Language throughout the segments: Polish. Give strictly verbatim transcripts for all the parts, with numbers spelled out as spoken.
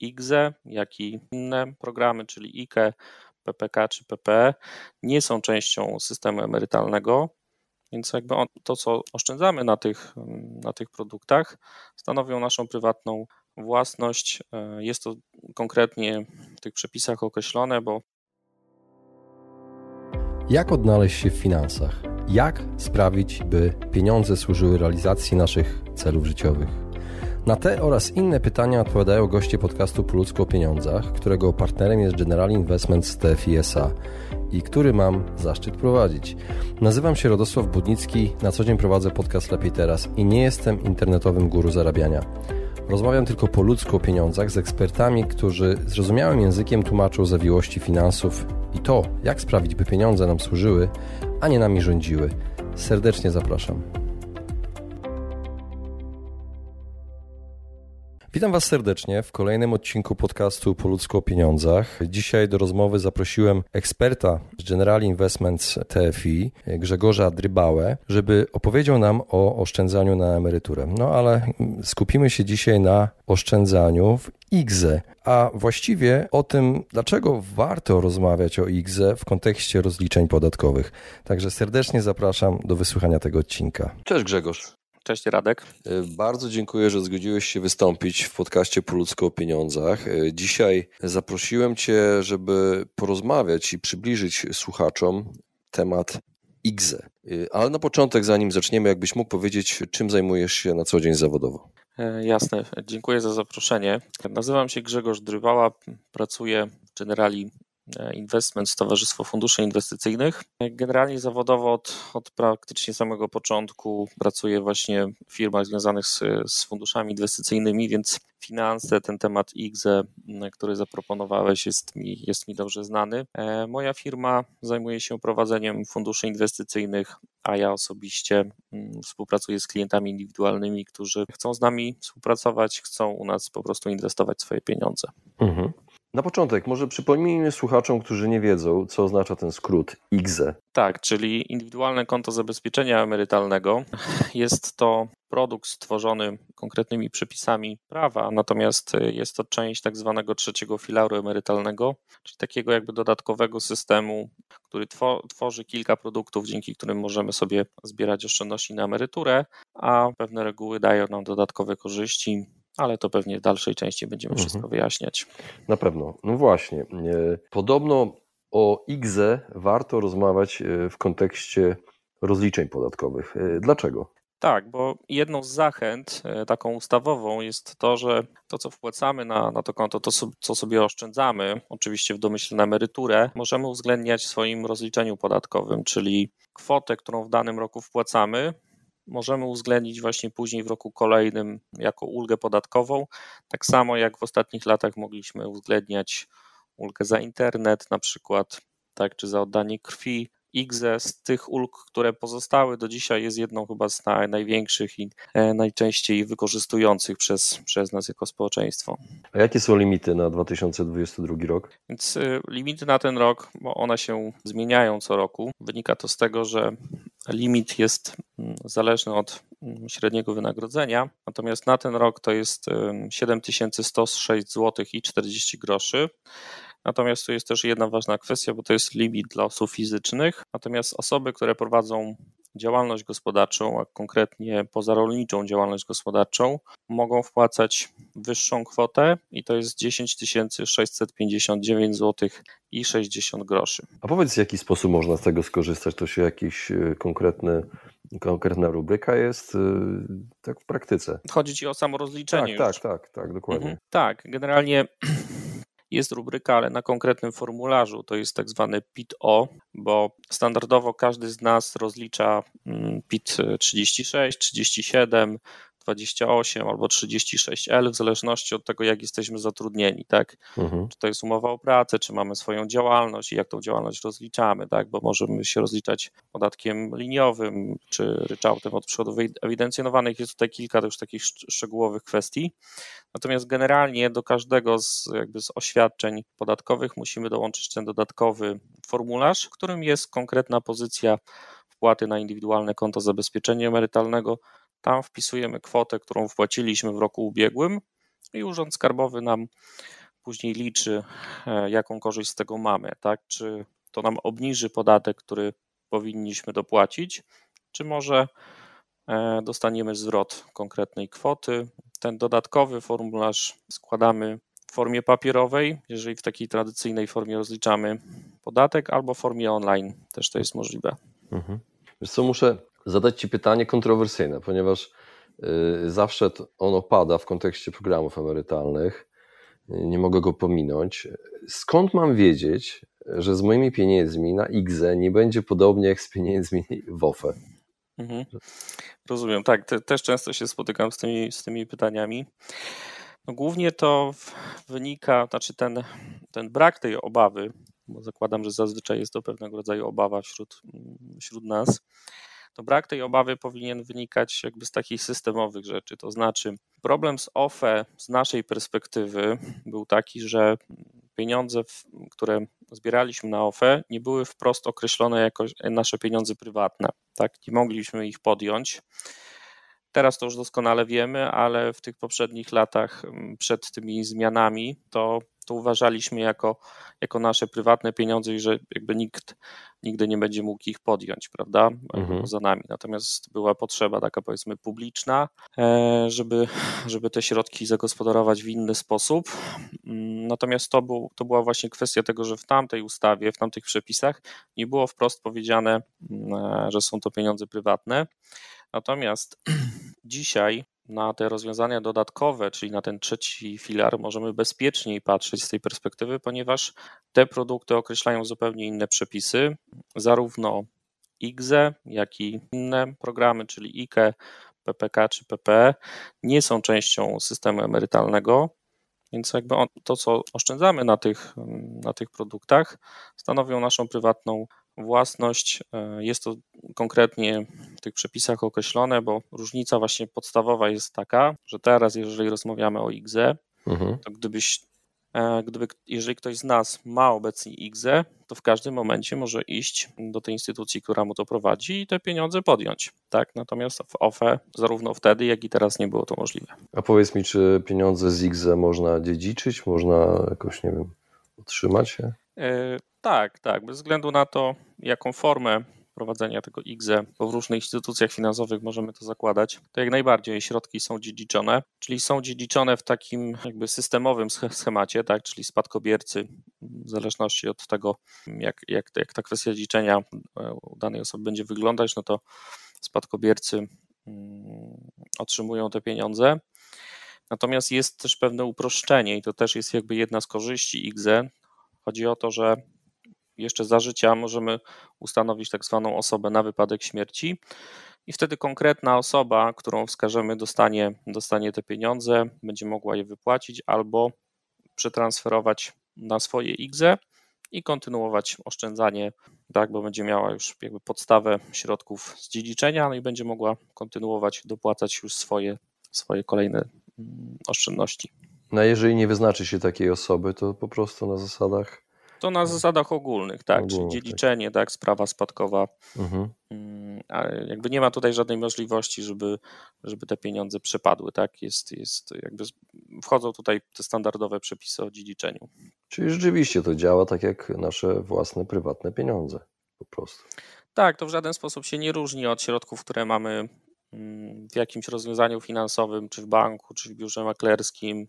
I G Z E, jak i inne programy, czyli I K E, P P K czy P P E, nie są częścią systemu emerytalnego, więc jakby to, co oszczędzamy na tych, na tych produktach, stanowią naszą prywatną własność. Jest to konkretnie w tych przepisach określone, bo jak odnaleźć się w finansach? Jak sprawić, by pieniądze służyły realizacji naszych celów życiowych? Na te oraz inne pytania odpowiadają goście podcastu Po ludzku o pieniądzach, którego partnerem jest General Investments T F I S A i który mam zaszczyt prowadzić. Nazywam się Radosław Budnicki, na co dzień prowadzę podcast Lepiej Teraz i nie jestem internetowym guru zarabiania. Rozmawiam tylko po ludzku o pieniądzach z ekspertami, którzy zrozumiałym językiem tłumaczą zawiłości finansów i to, jak sprawić, by pieniądze nam służyły, a nie nami rządziły. Serdecznie zapraszam. Witam Was serdecznie w kolejnym odcinku podcastu Po ludzku o pieniądzach. Dzisiaj do rozmowy zaprosiłem eksperta z General Investments T F I, Grzegorza Drybałę, żeby opowiedział nam o oszczędzaniu na emeryturę. No ale skupimy się dzisiaj na oszczędzaniu w I G Z E, a właściwie o tym, dlaczego warto rozmawiać o I G Z E w kontekście rozliczeń podatkowych. Także serdecznie zapraszam do wysłuchania tego odcinka. Cześć Grzegorz. Cześć Radek. Bardzo dziękuję, że zgodziłeś się wystąpić w podcaście Po ludzku o pieniądzach. Dzisiaj zaprosiłem Cię, żeby porozmawiać i przybliżyć słuchaczom temat I G Z E. Ale na początek, zanim zaczniemy, jakbyś mógł powiedzieć, czym zajmujesz się na co dzień zawodowo? Jasne, dziękuję za zaproszenie. Nazywam się Grzegorz Drybała, pracuję w Generali Investments, Towarzystwo Funduszy Inwestycyjnych. Generalnie zawodowo od, od praktycznie samego początku pracuję właśnie w firmach związanych z, z funduszami inwestycyjnymi, więc finanse, ten temat I G Z E, który zaproponowałeś, jest mi, jest mi dobrze znany. Moja firma zajmuje się prowadzeniem funduszy inwestycyjnych, a ja osobiście współpracuję z klientami indywidualnymi, którzy chcą z nami współpracować, chcą u nas po prostu inwestować swoje pieniądze. Mhm. Na początek, może przypomnijmy słuchaczom, którzy nie wiedzą, co oznacza ten skrót I G Z E. Tak, czyli Indywidualne Konto Zabezpieczenia Emerytalnego. Jest to produkt stworzony konkretnymi przepisami prawa, natomiast jest to część tak zwanego trzeciego filaru emerytalnego, czyli takiego jakby dodatkowego systemu, który tworzy kilka produktów, dzięki którym możemy sobie zbierać oszczędności na emeryturę, a pewne reguły dają nam dodatkowe korzyści. Ale to pewnie w dalszej części będziemy mhm. wszystko wyjaśniać. Na pewno. No właśnie. Podobno o I G Z E warto rozmawiać w kontekście rozliczeń podatkowych. Dlaczego? Tak, bo jedną z zachęt taką ustawową jest to, że to, co wpłacamy na, na to konto, to, co sobie oszczędzamy, oczywiście w domyśle na emeryturę, możemy uwzględniać w swoim rozliczeniu podatkowym, czyli kwotę, którą w danym roku wpłacamy, możemy uwzględnić właśnie później w roku kolejnym jako ulgę podatkową, tak samo jak w ostatnich latach mogliśmy uwzględniać ulgę za internet na przykład, tak, czy za oddanie krwi. I G Z E z tych ulg, które pozostały do dzisiaj, jest jedną chyba z największych i najczęściej wykorzystujących przez, przez nas jako społeczeństwo. A jakie są limity na dwa tysiące dwudziesty drugi rok? Więc limity na ten rok, bo one się zmieniają co roku. Wynika to z tego, że limit jest zależny od średniego wynagrodzenia, natomiast na ten rok to jest siedem tysięcy sto sześć złotych i czterdzieści groszy. Natomiast tu jest też jedna ważna kwestia, bo to jest limit dla osób fizycznych, natomiast osoby, które prowadzą działalność gospodarczą, a konkretnie pozarolniczą działalność gospodarczą, mogą wpłacać wyższą kwotę i to jest dziesięć tysięcy sześćset pięćdziesiąt dziewięć złotych i sześćdziesiąt groszy. A powiedz, w jaki sposób można z tego skorzystać? To się jakiś konkretny, konkretna rubryka jest tak w praktyce? Chodzi Ci o samo rozliczenie. Tak, już. tak, tak, tak, dokładnie. Mhm. Tak, generalnie jest rubryka, ale na konkretnym formularzu, to jest tak zwany P I T-O, bo standardowo każdy z nas rozlicza P I T trzydzieści sześć, trzydzieści siedem, dwadzieścia osiem albo trzydzieści sześć L, w zależności od tego, jak jesteśmy zatrudnieni, tak? Mhm. Czy to jest umowa o pracę, czy mamy swoją działalność i jak tą działalność rozliczamy, tak? Bo możemy się rozliczać podatkiem liniowym, czy ryczałtem od przychodów ewidencjonowanych. Jest tutaj kilka już takich szczegółowych kwestii. Natomiast generalnie do każdego z, jakby z oświadczeń podatkowych musimy dołączyć ten dodatkowy formularz, w którym jest konkretna pozycja wpłaty na indywidualne konto zabezpieczenia emerytalnego. Tam wpisujemy kwotę, którą wpłaciliśmy w roku ubiegłym i Urząd Skarbowy nam później liczy, jaką korzyść z tego mamy, tak? Czy to nam obniży podatek, który powinniśmy dopłacić, czy może dostaniemy zwrot konkretnej kwoty. Ten dodatkowy formularz składamy w formie papierowej, jeżeli w takiej tradycyjnej formie rozliczamy podatek, albo w formie online też to jest możliwe. Mhm. Wiesz co, muszę zadać Ci pytanie kontrowersyjne, ponieważ y, zawsze ono pada w kontekście programów emerytalnych. Nie mogę go pominąć. Skąd mam wiedzieć, że z moimi pieniędzmi na I G Z E nie będzie podobnie jak z pieniędzmi w O F E? Mhm. Rozumiem, tak, te, też często się spotykam z tymi, z tymi pytaniami. No głównie to wynika, znaczy ten, ten brak tej obawy, bo zakładam, że zazwyczaj jest to pewnego rodzaju obawa wśród, wśród nas, to brak tej obawy powinien wynikać jakby z takich systemowych rzeczy, to znaczy problem z O F E z naszej perspektywy był taki, że pieniądze, które zbieraliśmy na O F E, nie były wprost określone jako nasze pieniądze prywatne, tak, nie mogliśmy ich podjąć. Teraz to już doskonale wiemy, ale w tych poprzednich latach przed tymi zmianami to, to uważaliśmy jako, jako nasze prywatne pieniądze i że jakby nikt nigdy nie będzie mógł ich podjąć, prawda, mhm. poza nami. Natomiast była potrzeba taka powiedzmy publiczna, żeby, żeby te środki zagospodarować w inny sposób. Natomiast to, był, to była właśnie kwestia tego, że w tamtej ustawie, w tamtych przepisach nie było wprost powiedziane, że są to pieniądze prywatne. Natomiast dzisiaj na te rozwiązania dodatkowe, czyli na ten trzeci filar, możemy bezpieczniej patrzeć z tej perspektywy, ponieważ te produkty określają zupełnie inne przepisy, zarówno I G Z E, jak i inne programy, czyli I K E, P P K czy P P E, nie są częścią systemu emerytalnego, więc jakby to, co oszczędzamy na tych, na tych produktach, stanowią naszą prywatną własność. Jest to konkretnie w tych przepisach określone, bo różnica właśnie podstawowa jest taka, że teraz, jeżeli rozmawiamy o I G Z E, mhm. to gdybyś, gdyby, jeżeli ktoś z nas ma obecnie I G Z E, to w każdym momencie może iść do tej instytucji, która mu to prowadzi i te pieniądze podjąć. Tak? Natomiast w O F E zarówno wtedy, jak i teraz nie było to możliwe. A powiedz mi, czy pieniądze z I G Z E można dziedziczyć, można jakoś, nie wiem, otrzymać je? Yy, tak, tak. Bez względu na to, jaką formę prowadzenia tego I G Z E, bo w różnych instytucjach finansowych możemy to zakładać, to jak najbardziej środki są dziedziczone, czyli są dziedziczone w takim jakby systemowym schemacie, tak, czyli spadkobiercy, w zależności od tego, jak, jak, jak ta kwestia dziedziczenia u danej osoby będzie wyglądać, no to spadkobiercy otrzymują te pieniądze. Natomiast jest też pewne uproszczenie i to też jest jakby jedna z korzyści I G Z E. Chodzi o to, że jeszcze za życia możemy ustanowić tak zwaną osobę na wypadek śmierci i wtedy konkretna osoba, którą wskażemy, dostanie, dostanie te pieniądze, będzie mogła je wypłacić albo przetransferować na swoje I G Z E i kontynuować oszczędzanie, tak, bo będzie miała już jakby podstawę środków z dziedziczenia, no i będzie mogła kontynuować, dopłacać już swoje, swoje kolejne oszczędności. No a jeżeli nie wyznaczy się takiej osoby, to po prostu na zasadach... To na zasadach ogólnych, tak, ogólnych, czyli dziedziczenie, tak, sprawa spadkowa. Mhm. A jakby nie ma tutaj żadnej możliwości, żeby, żeby te pieniądze przepadły, tak, jest, jest jakby wchodzą tutaj te standardowe przepisy o dziedziczeniu. Czyli rzeczywiście to działa tak jak nasze własne, prywatne pieniądze po prostu. Tak, to w żaden sposób się nie różni od środków, które mamy w jakimś rozwiązaniu finansowym, czy w banku, czy w biurze maklerskim.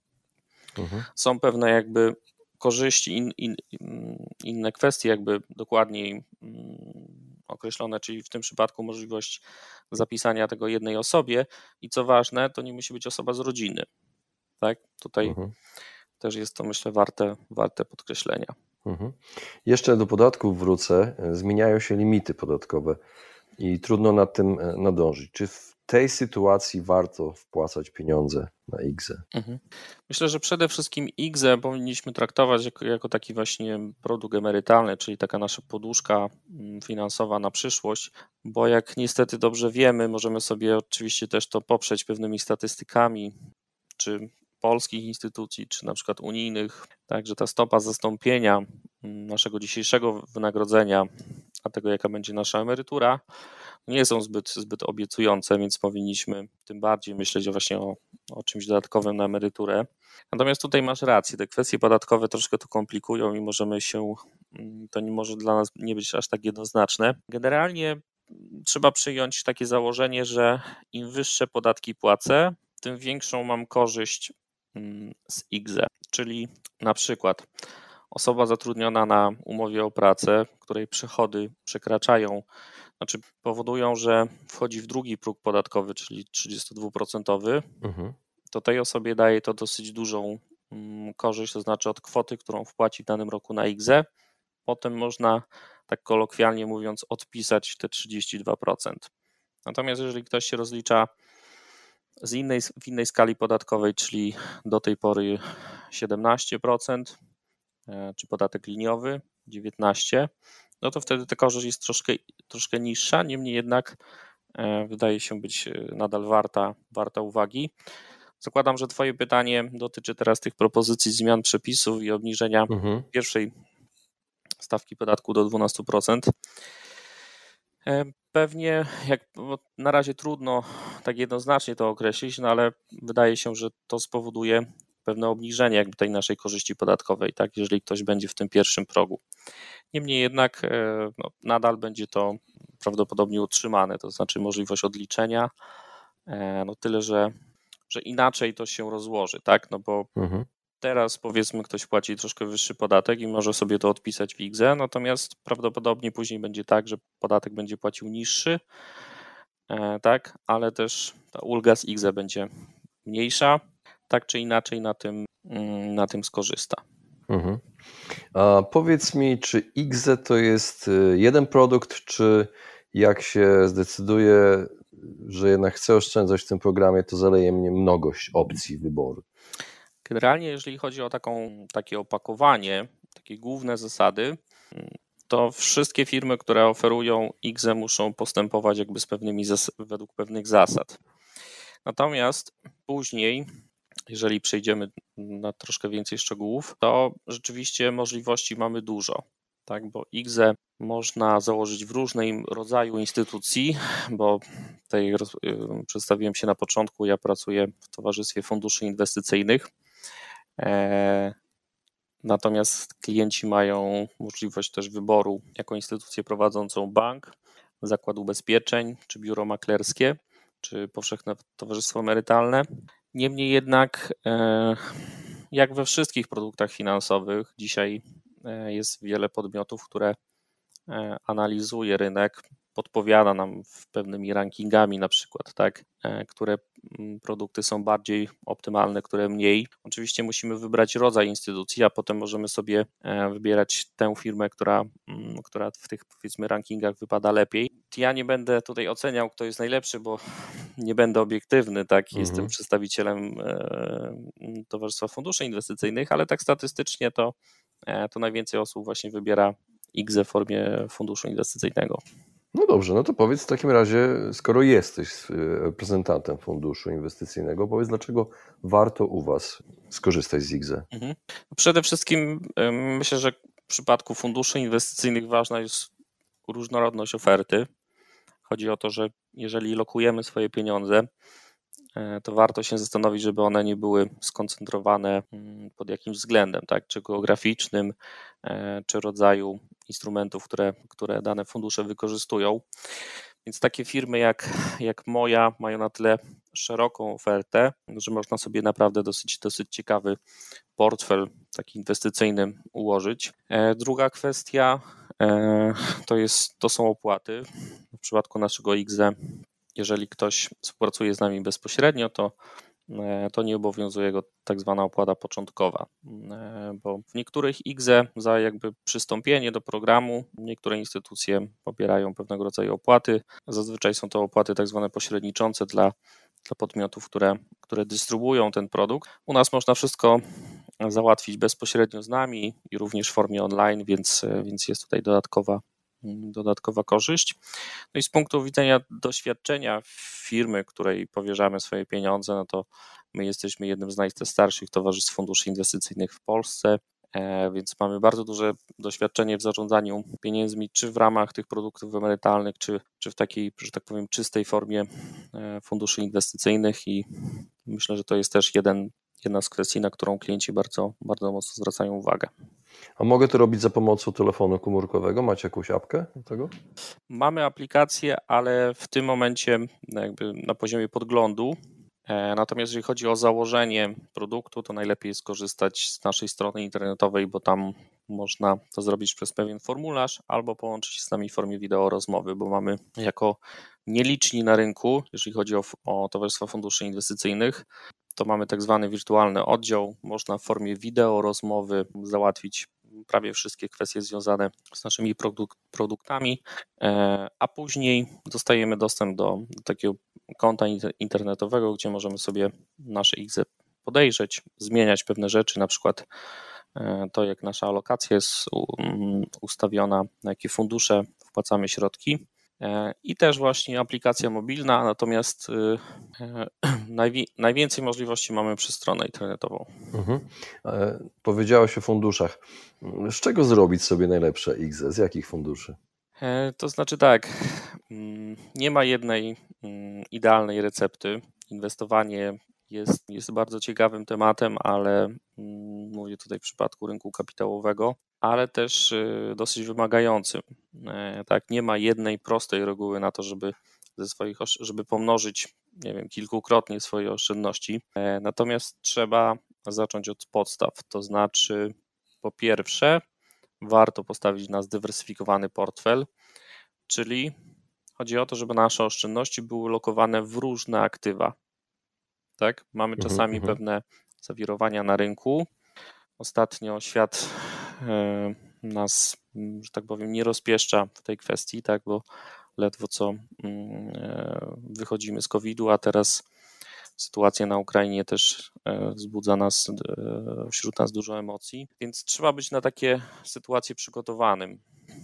Mhm. Są pewne jakby korzyści, in, in, inne kwestie jakby dokładniej określone, czyli w tym przypadku możliwość zapisania tego jednej osobie i co ważne, to nie musi być osoba z rodziny. Tak? Tutaj mhm. też jest to, myślę, warte, warte podkreślenia. Mhm. Jeszcze do podatków wrócę. Zmieniają się limity podatkowe i trudno nad tym nadążyć. Czy w tej sytuacji warto wpłacać pieniądze na I G Z E? Mhm. Myślę, że przede wszystkim I G Z E powinniśmy traktować jako, jako taki właśnie produkt emerytalny, czyli taka nasza poduszka finansowa na przyszłość, bo jak niestety dobrze wiemy, możemy sobie oczywiście też to poprzeć pewnymi statystykami, czy polskich instytucji, czy na przykład unijnych, także ta stopa zastąpienia naszego dzisiejszego wynagrodzenia, a tego jaka będzie nasza emerytura, nie są zbyt, zbyt obiecujące, więc powinniśmy tym bardziej myśleć o właśnie o, o czymś dodatkowym na emeryturę. Natomiast tutaj masz rację, te kwestie podatkowe troszkę to komplikują i możemy się, to nie może dla nas nie być aż tak jednoznaczne. Generalnie trzeba przyjąć takie założenie, że im wyższe podatki płacę, tym większą mam korzyść z I G Z E, czyli na przykład osoba zatrudniona na umowie o pracę, której przychody przekraczają, znaczy powodują, że wchodzi w drugi próg podatkowy, czyli trzydziestodwuprocentowy, mhm. to tej osobie daje to dosyć dużą korzyść, to znaczy od kwoty, którą wpłaci w danym roku na I G Z E, potem można, tak kolokwialnie mówiąc, odpisać te trzydzieści dwa procent. Natomiast jeżeli ktoś się rozlicza z innej, w innej skali podatkowej, czyli do tej pory siedemnaście procent, czy podatek liniowy dziewiętnaście procent, no to wtedy ta korzyść jest troszkę, troszkę niższa, niemniej jednak wydaje się być nadal warta, warta uwagi. Zakładam, że Twoje pytanie dotyczy teraz tych propozycji zmian przepisów i obniżenia mhm. pierwszej stawki podatku do dwanaście procent. Pewnie, jak na razie trudno tak jednoznacznie to określić, no ale wydaje się, że to spowoduje pewne obniżenie jakby tej naszej korzyści podatkowej, tak, jeżeli ktoś będzie w tym pierwszym progu. Niemniej jednak no, nadal będzie to prawdopodobnie utrzymane, to znaczy możliwość odliczenia, no tyle, że, że inaczej to się rozłoży, tak, no bo mhm. teraz powiedzmy ktoś płaci troszkę wyższy podatek i może sobie to odpisać w I G Z E, natomiast prawdopodobnie później będzie tak, że podatek będzie płacił niższy, tak, ale też ta ulga z I G Z E będzie mniejsza, tak czy inaczej na tym, na tym skorzysta. Mhm. A powiedz mi, czy I G Z E to jest jeden produkt, czy jak się zdecyduję, że jednak chcę oszczędzać w tym programie, to zaleje mnie mnogość opcji wyboru? Generalnie jeżeli chodzi o taką, takie opakowanie, takie główne zasady, to wszystkie firmy, które oferują I G Z E muszą postępować jakby z pewnymi według pewnych zasad. Natomiast później, jeżeli przejdziemy na troszkę więcej szczegółów, to rzeczywiście możliwości mamy dużo, tak, bo I G Z E można założyć w różnym rodzaju instytucji, bo tutaj przedstawiłem się na początku, ja pracuję w Towarzystwie Funduszy Inwestycyjnych. Natomiast klienci mają możliwość też wyboru jako instytucję prowadzącą bank, zakład ubezpieczeń, czy biuro maklerskie, czy powszechne towarzystwo emerytalne. Niemniej jednak, jak we wszystkich produktach finansowych, dzisiaj jest wiele podmiotów, które analizuje rynek, podpowiada nam pewnymi rankingami na przykład, tak, które produkty są bardziej optymalne, które mniej. Oczywiście musimy wybrać rodzaj instytucji, a potem możemy sobie wybierać tę firmę, która, która w tych powiedzmy rankingach wypada lepiej. Ja nie będę tutaj oceniał, kto jest najlepszy, bo nie będę obiektywny, tak, mhm. Jestem przedstawicielem Towarzystwa Funduszy Inwestycyjnych, ale tak statystycznie to, to najwięcej osób właśnie wybiera I G Z E w formie funduszu inwestycyjnego. No dobrze, no to powiedz w takim razie, skoro jesteś reprezentantem funduszu inwestycyjnego, powiedz, dlaczego warto u Was skorzystać z I G Z E? Mhm. Przede wszystkim myślę, że w przypadku funduszy inwestycyjnych ważna jest różnorodność oferty. Chodzi o to, że jeżeli lokujemy swoje pieniądze, to warto się zastanowić, żeby one nie były skoncentrowane pod jakimś względem, tak, czy geograficznym, czy rodzaju instrumentów, które, które dane fundusze wykorzystują. Więc takie firmy jak, jak moja mają na tyle szeroką ofertę, że można sobie naprawdę dosyć, dosyć ciekawy portfel taki inwestycyjny ułożyć. Druga kwestia to, jest, to są opłaty. W przypadku naszego I G Z E, jeżeli ktoś współpracuje z nami bezpośrednio, to, to nie obowiązuje go tak zwana opłata początkowa, bo w niektórych I G Z E za jakby przystąpienie do programu niektóre instytucje pobierają pewnego rodzaju opłaty. Zazwyczaj są to opłaty tak zwane pośredniczące dla, dla podmiotów, które, które dystrybuują ten produkt. U nas można wszystko załatwić bezpośrednio z nami i również w formie online, więc, więc jest tutaj dodatkowa dodatkowa korzyść. No i z punktu widzenia doświadczenia firmy, której powierzamy swoje pieniądze, no to my jesteśmy jednym z najstarszych towarzystw funduszy inwestycyjnych w Polsce. więc mamy bardzo duże doświadczenie w zarządzaniu pieniędzmi, czy w ramach tych produktów emerytalnych, czy, czy w takiej, że tak powiem, czystej formie funduszy inwestycyjnych i myślę, że to jest też jeden, jedna z kwestii, na którą klienci bardzo, bardzo mocno zwracają uwagę. A mogę to robić za pomocą telefonu komórkowego? Macie jakąś apkę do tego? Mamy aplikację, ale w tym momencie jakby na poziomie podglądu. Natomiast jeżeli chodzi o założenie produktu, to najlepiej jest korzystać z naszej strony internetowej, bo tam można to zrobić przez pewien formularz albo połączyć się z nami w formie wideo rozmowy, bo mamy jako nieliczni na rynku, jeżeli chodzi o, o towarzystwa funduszy inwestycyjnych, to mamy tak zwany wirtualny oddział. Można w formie wideo rozmowy załatwić prawie wszystkie kwestie związane z naszymi produk- produktami, a później dostajemy dostęp do, do takiego konta internetowego, gdzie możemy sobie nasze I G Z E podejrzeć, zmieniać pewne rzeczy, na przykład to, jak nasza alokacja jest ustawiona, na jakie fundusze wpłacamy środki. I też właśnie aplikacja mobilna, natomiast najwięcej możliwości mamy przez stronę internetową. Mhm. Powiedziałeś o funduszach. Z czego zrobić sobie najlepsze I G Z E? Z jakich funduszy? To znaczy tak, nie ma jednej idealnej recepty. Inwestowanie jest, jest bardzo ciekawym tematem, ale mówię tutaj w przypadku rynku kapitałowego, ale też dosyć wymagającym. Tak, nie ma jednej prostej reguły na to, żeby ze swoich, żeby pomnożyć, nie wiem, kilkukrotnie swoje oszczędności. Natomiast trzeba zacząć od podstaw, to znaczy po pierwsze warto postawić na zdywersyfikowany portfel, czyli chodzi o to, żeby nasze oszczędności były lokowane w różne aktywa. Tak? Mamy czasami mhm. pewne zawirowania na rynku. Ostatnio świat e, nas, że tak powiem, nie rozpieszcza w tej kwestii, tak? Bo ledwo co e, wychodzimy z kowida, a teraz sytuacja na Ukrainie też e, wzbudza nas, e, wśród nas dużo emocji, więc trzeba być na takie sytuacje przygotowanym.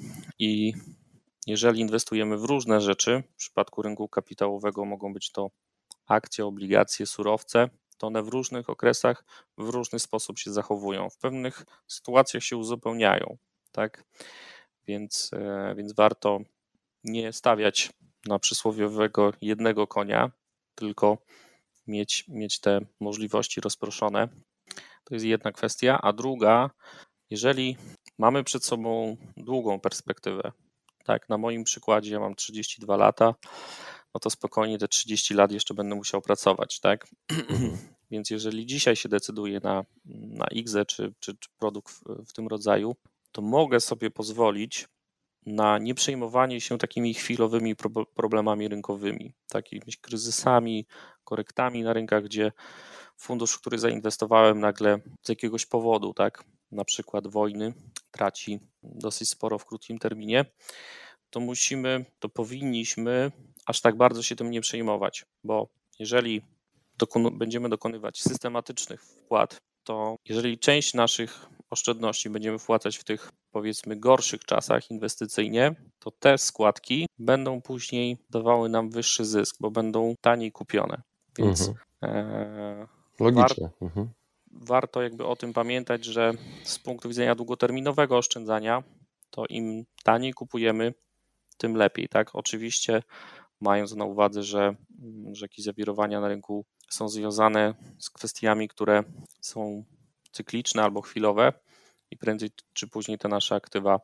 I jeżeli inwestujemy w różne rzeczy, w przypadku rynku kapitałowego mogą być to akcje, obligacje, surowce, to one w różnych okresach w różny sposób się zachowują. W pewnych sytuacjach się uzupełniają, tak? Więc, więc warto nie stawiać na przysłowiowego jednego konia, tylko mieć, mieć te możliwości rozproszone. To jest jedna kwestia. A druga, jeżeli mamy przed sobą długą perspektywę, tak, na moim przykładzie ja mam trzydzieści dwa lata, no to spokojnie te trzydzieści lat jeszcze będę musiał pracować, tak? Więc jeżeli dzisiaj się decyduję na, na I G Z E czy, czy, czy produkt w, w tym rodzaju, to mogę sobie pozwolić na nieprzejmowanie się takimi chwilowymi problemami rynkowymi, takimi kryzysami, korektami na rynkach, gdzie fundusz, w który zainwestowałem nagle z jakiegoś powodu, tak, na przykład wojny, traci dosyć sporo w krótkim terminie, to musimy, to powinniśmy aż tak bardzo się tym nie przejmować, bo jeżeli dokonu- będziemy dokonywać systematycznych wpłat, to jeżeli część naszych oszczędności będziemy wpłacać w tych, powiedzmy, gorszych czasach inwestycyjnie, to te składki będą później dawały nam wyższy zysk, bo będą taniej kupione. Więc mhm. e, Logicznie. War- mhm. warto jakby o tym pamiętać, że z punktu widzenia długoterminowego oszczędzania, to im taniej kupujemy, tym lepiej, tak? Oczywiście mając na uwadze, że, że jakieś zawirowania na rynku są związane z kwestiami, które są cykliczne albo chwilowe i prędzej czy później te nasze aktywa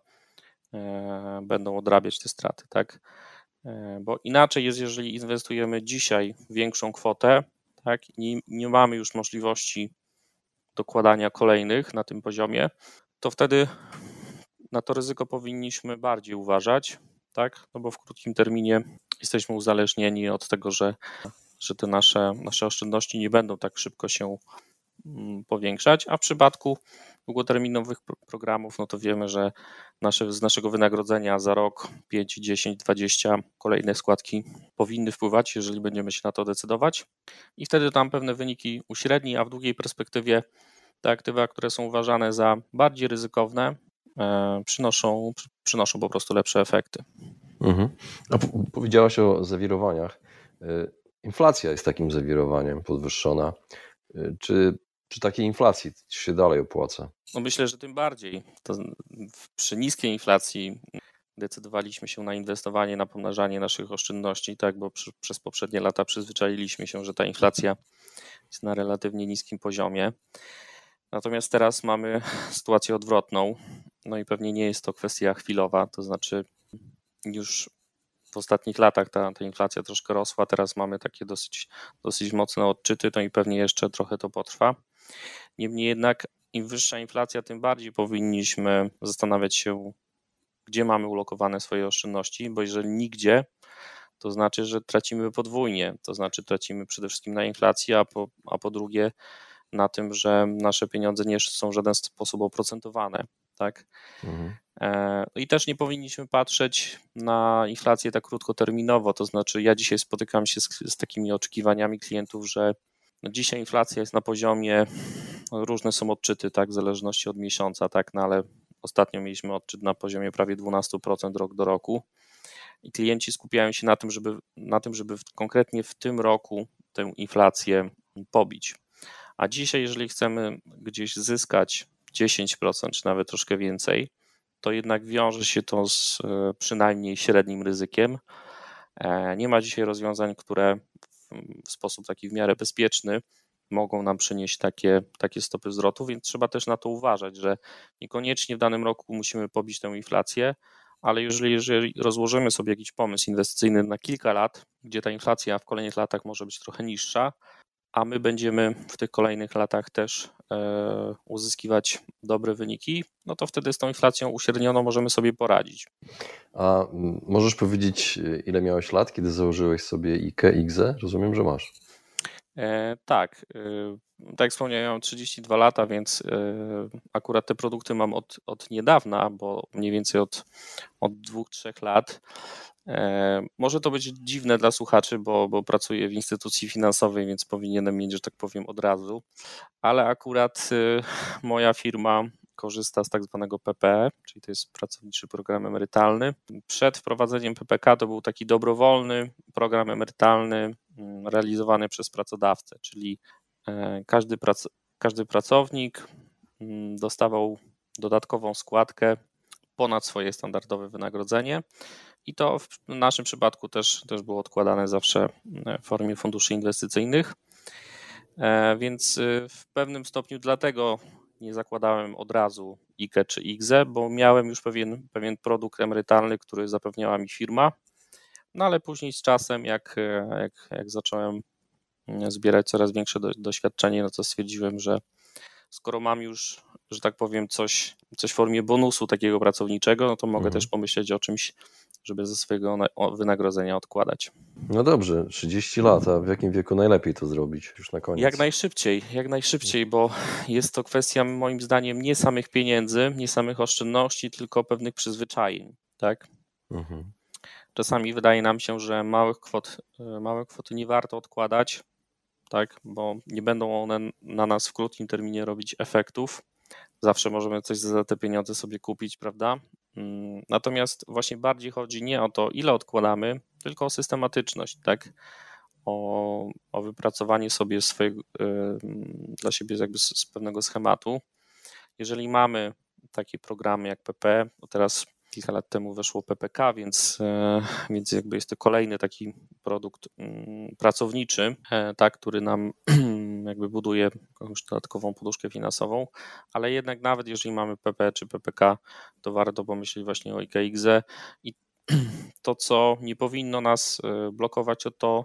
e, będą odrabiać te straty, tak? E, bo inaczej jest, jeżeli inwestujemy dzisiaj większą kwotę, tak, i nie mamy już możliwości dokładania kolejnych na tym poziomie, to wtedy na to ryzyko powinniśmy bardziej uważać, tak? No bo w krótkim terminie jesteśmy uzależnieni od tego, że, że te nasze, nasze oszczędności nie będą tak szybko się powiększać, a w przypadku długoterminowych programów, no to wiemy, że nasze, z naszego wynagrodzenia za rok pięć, dziesięć, dwadzieścia kolejne składki powinny wpływać, jeżeli będziemy się na to decydować i wtedy tam pewne wyniki uśredni, a w długiej perspektywie te aktywa, które są uważane za bardziej ryzykowne, e, przynoszą, przynoszą po prostu lepsze efekty. Mhm. A powiedziałaś o zawirowaniach. Inflacja jest takim zawirowaniem podwyższona. Czy Przy takiej inflacji się dalej opłaca? No myślę, że tym bardziej. To przy niskiej inflacji decydowaliśmy się na inwestowanie, na pomnażanie naszych oszczędności, tak, bo przy, przez poprzednie lata przyzwyczailiśmy się, że ta inflacja jest na relatywnie niskim poziomie. Natomiast teraz mamy sytuację odwrotną, no i pewnie nie jest to kwestia chwilowa, to znaczy już w ostatnich latach ta, ta inflacja troszkę rosła, teraz mamy takie dosyć, dosyć mocne odczyty, no i pewnie jeszcze trochę to potrwa. Niemniej jednak im wyższa inflacja, tym bardziej powinniśmy zastanawiać się, gdzie mamy ulokowane swoje oszczędności, bo jeżeli nigdzie, to znaczy, że tracimy podwójnie, to znaczy tracimy przede wszystkim na inflacji, a po, a po drugie na tym, że nasze pieniądze nie są w żaden sposób oprocentowane, tak? Mhm. I też nie powinniśmy patrzeć na inflację tak krótkoterminowo, to znaczy ja dzisiaj spotykam się z, z takimi oczekiwaniami klientów, że no dzisiaj inflacja jest na poziomie, no różne są odczyty, tak, w zależności od miesiąca, tak, no ale ostatnio mieliśmy odczyt na poziomie prawie dwanaście procent rok do roku i klienci skupiają się na tym, żeby, na tym, żeby w, konkretnie w tym roku tę inflację pobić. A dzisiaj, jeżeli chcemy gdzieś zyskać dziesięć procent, czy nawet troszkę więcej, to jednak wiąże się to z przynajmniej średnim ryzykiem. Nie ma dzisiaj rozwiązań, które w sposób taki w miarę bezpieczny mogą nam przynieść takie, takie stopy zwrotu, więc trzeba też na to uważać, że niekoniecznie w danym roku musimy pobić tę inflację, ale jeżeli, jeżeli rozłożymy sobie jakiś pomysł inwestycyjny na kilka lat, gdzie ta inflacja w kolejnych latach może być trochę niższa, a my będziemy w tych kolejnych latach też e, uzyskiwać dobre wyniki, no to wtedy z tą inflacją uśrednioną możemy sobie poradzić. A możesz powiedzieć, ile miałeś lat, kiedy założyłeś sobie I K E, I G Z E? Rozumiem, że masz. E, tak, e, tak jak wspomniałem, mam trzydzieści dwa lata, więc e, akurat te produkty mam od, od niedawna, bo mniej więcej od, od dwóch, trzech lat. E, może to być dziwne dla słuchaczy, bo, bo pracuję w instytucji finansowej, więc powinienem mieć, że tak powiem, od razu, ale akurat e, moja firma korzysta z tak zwanego P P E, czyli to jest pracowniczy program emerytalny. Przed wprowadzeniem P P K to był taki dobrowolny program emerytalny realizowany przez pracodawcę, czyli każdy, prac, każdy pracownik dostawał dodatkową składkę ponad swoje standardowe wynagrodzenie i to w naszym przypadku też, też było odkładane zawsze w formie funduszy inwestycyjnych, więc w pewnym stopniu dlatego nie zakładałem od razu I K E czy I G Z E, bo miałem już pewien, pewien produkt emerytalny, który zapewniała mi firma, no ale później z czasem, jak, jak, jak zacząłem zbierać coraz większe do, doświadczenie, no to stwierdziłem, że skoro mam już, że tak powiem, coś, coś w formie bonusu takiego pracowniczego, no to mogę mhm. też pomyśleć o czymś, żeby ze swojego wynagrodzenia odkładać. No dobrze, trzydzieści lat, a w jakim wieku najlepiej to zrobić już na koniec? Jak najszybciej, jak najszybciej, bo jest to kwestia moim zdaniem nie samych pieniędzy, nie samych oszczędności, tylko pewnych przyzwyczajeń, tak? Mhm. Czasami wydaje nam się, że małych kwot, małe kwoty nie warto odkładać, tak, bo nie będą one na nas w krótkim terminie robić efektów. Zawsze możemy coś za te pieniądze sobie kupić, prawda? Natomiast właśnie bardziej chodzi nie o to, ile odkładamy, tylko o systematyczność, tak? O, o wypracowanie sobie swojego, dla siebie jakby z, z pewnego schematu. Jeżeli mamy takie programy jak P P E, to teraz kilka lat temu weszło P P K, więc, więc jakby jest to kolejny taki produkt pracowniczy, tak, który nam jakby buduje jakąś dodatkową poduszkę finansową, ale jednak nawet jeżeli mamy P P E czy P P K, to warto pomyśleć właśnie o I K E, I G Z E i to, co nie powinno nas blokować, o to,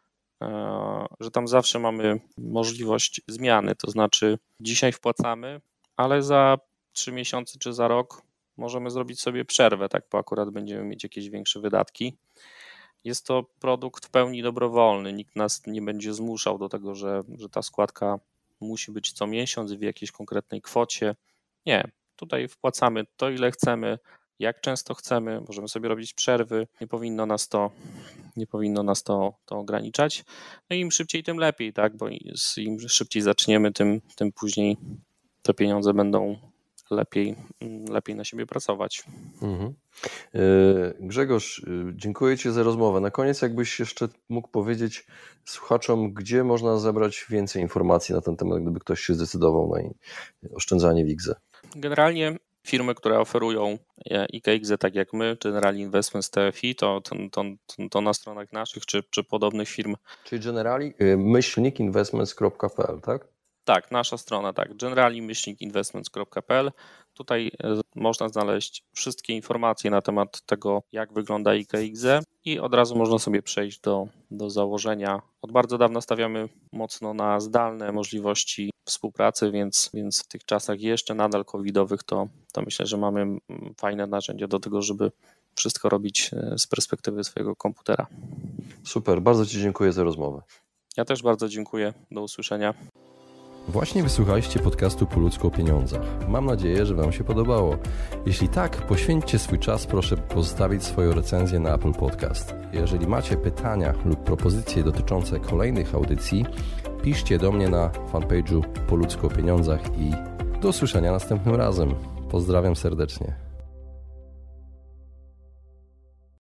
że tam zawsze mamy możliwość zmiany, to znaczy dzisiaj wpłacamy, ale za trzy miesiące czy za rok możemy zrobić sobie przerwę, tak, bo akurat będziemy mieć jakieś większe wydatki. Jest to produkt w pełni dobrowolny, nikt nas nie będzie zmuszał do tego, że, że ta składka musi być co miesiąc w jakiejś konkretnej kwocie. Nie, tutaj wpłacamy to, ile chcemy, jak często chcemy, możemy sobie robić przerwy, nie powinno nas to, nie powinno nas to, to ograniczać. No i im szybciej, tym lepiej, tak, bo im szybciej zaczniemy, tym, tym później te pieniądze będą lepiej, lepiej na siebie pracować. Mhm. Grzegorz, dziękuję Ci za rozmowę. Na koniec jakbyś jeszcze mógł powiedzieć słuchaczom, gdzie można zebrać więcej informacji na ten temat, gdyby ktoś się zdecydował na oszczędzanie w I K Z E. Generalnie firmy, które oferują I K X E tak jak my, Generali Investments T F I, to, to, to, to na stronach naszych czy, czy podobnych firm. Czyli Generali myślnik investments kropka p l, tak? Tak, nasza strona, tak, generali myślnik investments kropka p l. Tutaj można znaleźć wszystkie informacje na temat tego, jak wygląda I K X E i od razu można sobie przejść do, do założenia. Od bardzo dawna stawiamy mocno na zdalne możliwości współpracy, więc, więc w tych czasach jeszcze nadal covidowych to, to myślę, że mamy fajne narzędzia do tego, żeby wszystko robić z perspektywy swojego komputera. Super, bardzo Ci dziękuję za rozmowę. Ja też bardzo dziękuję, do usłyszenia. Właśnie wysłuchaliście podcastu Po ludzku o pieniądzach. Mam nadzieję, że Wam się podobało. Jeśli tak, poświęćcie swój czas, proszę pozostawić swoją recenzję na Apple Podcast. Jeżeli macie pytania lub propozycje dotyczące kolejnych audycji, piszcie do mnie na fanpage'u Po ludzku o pieniądzach i do usłyszenia następnym razem. Pozdrawiam serdecznie.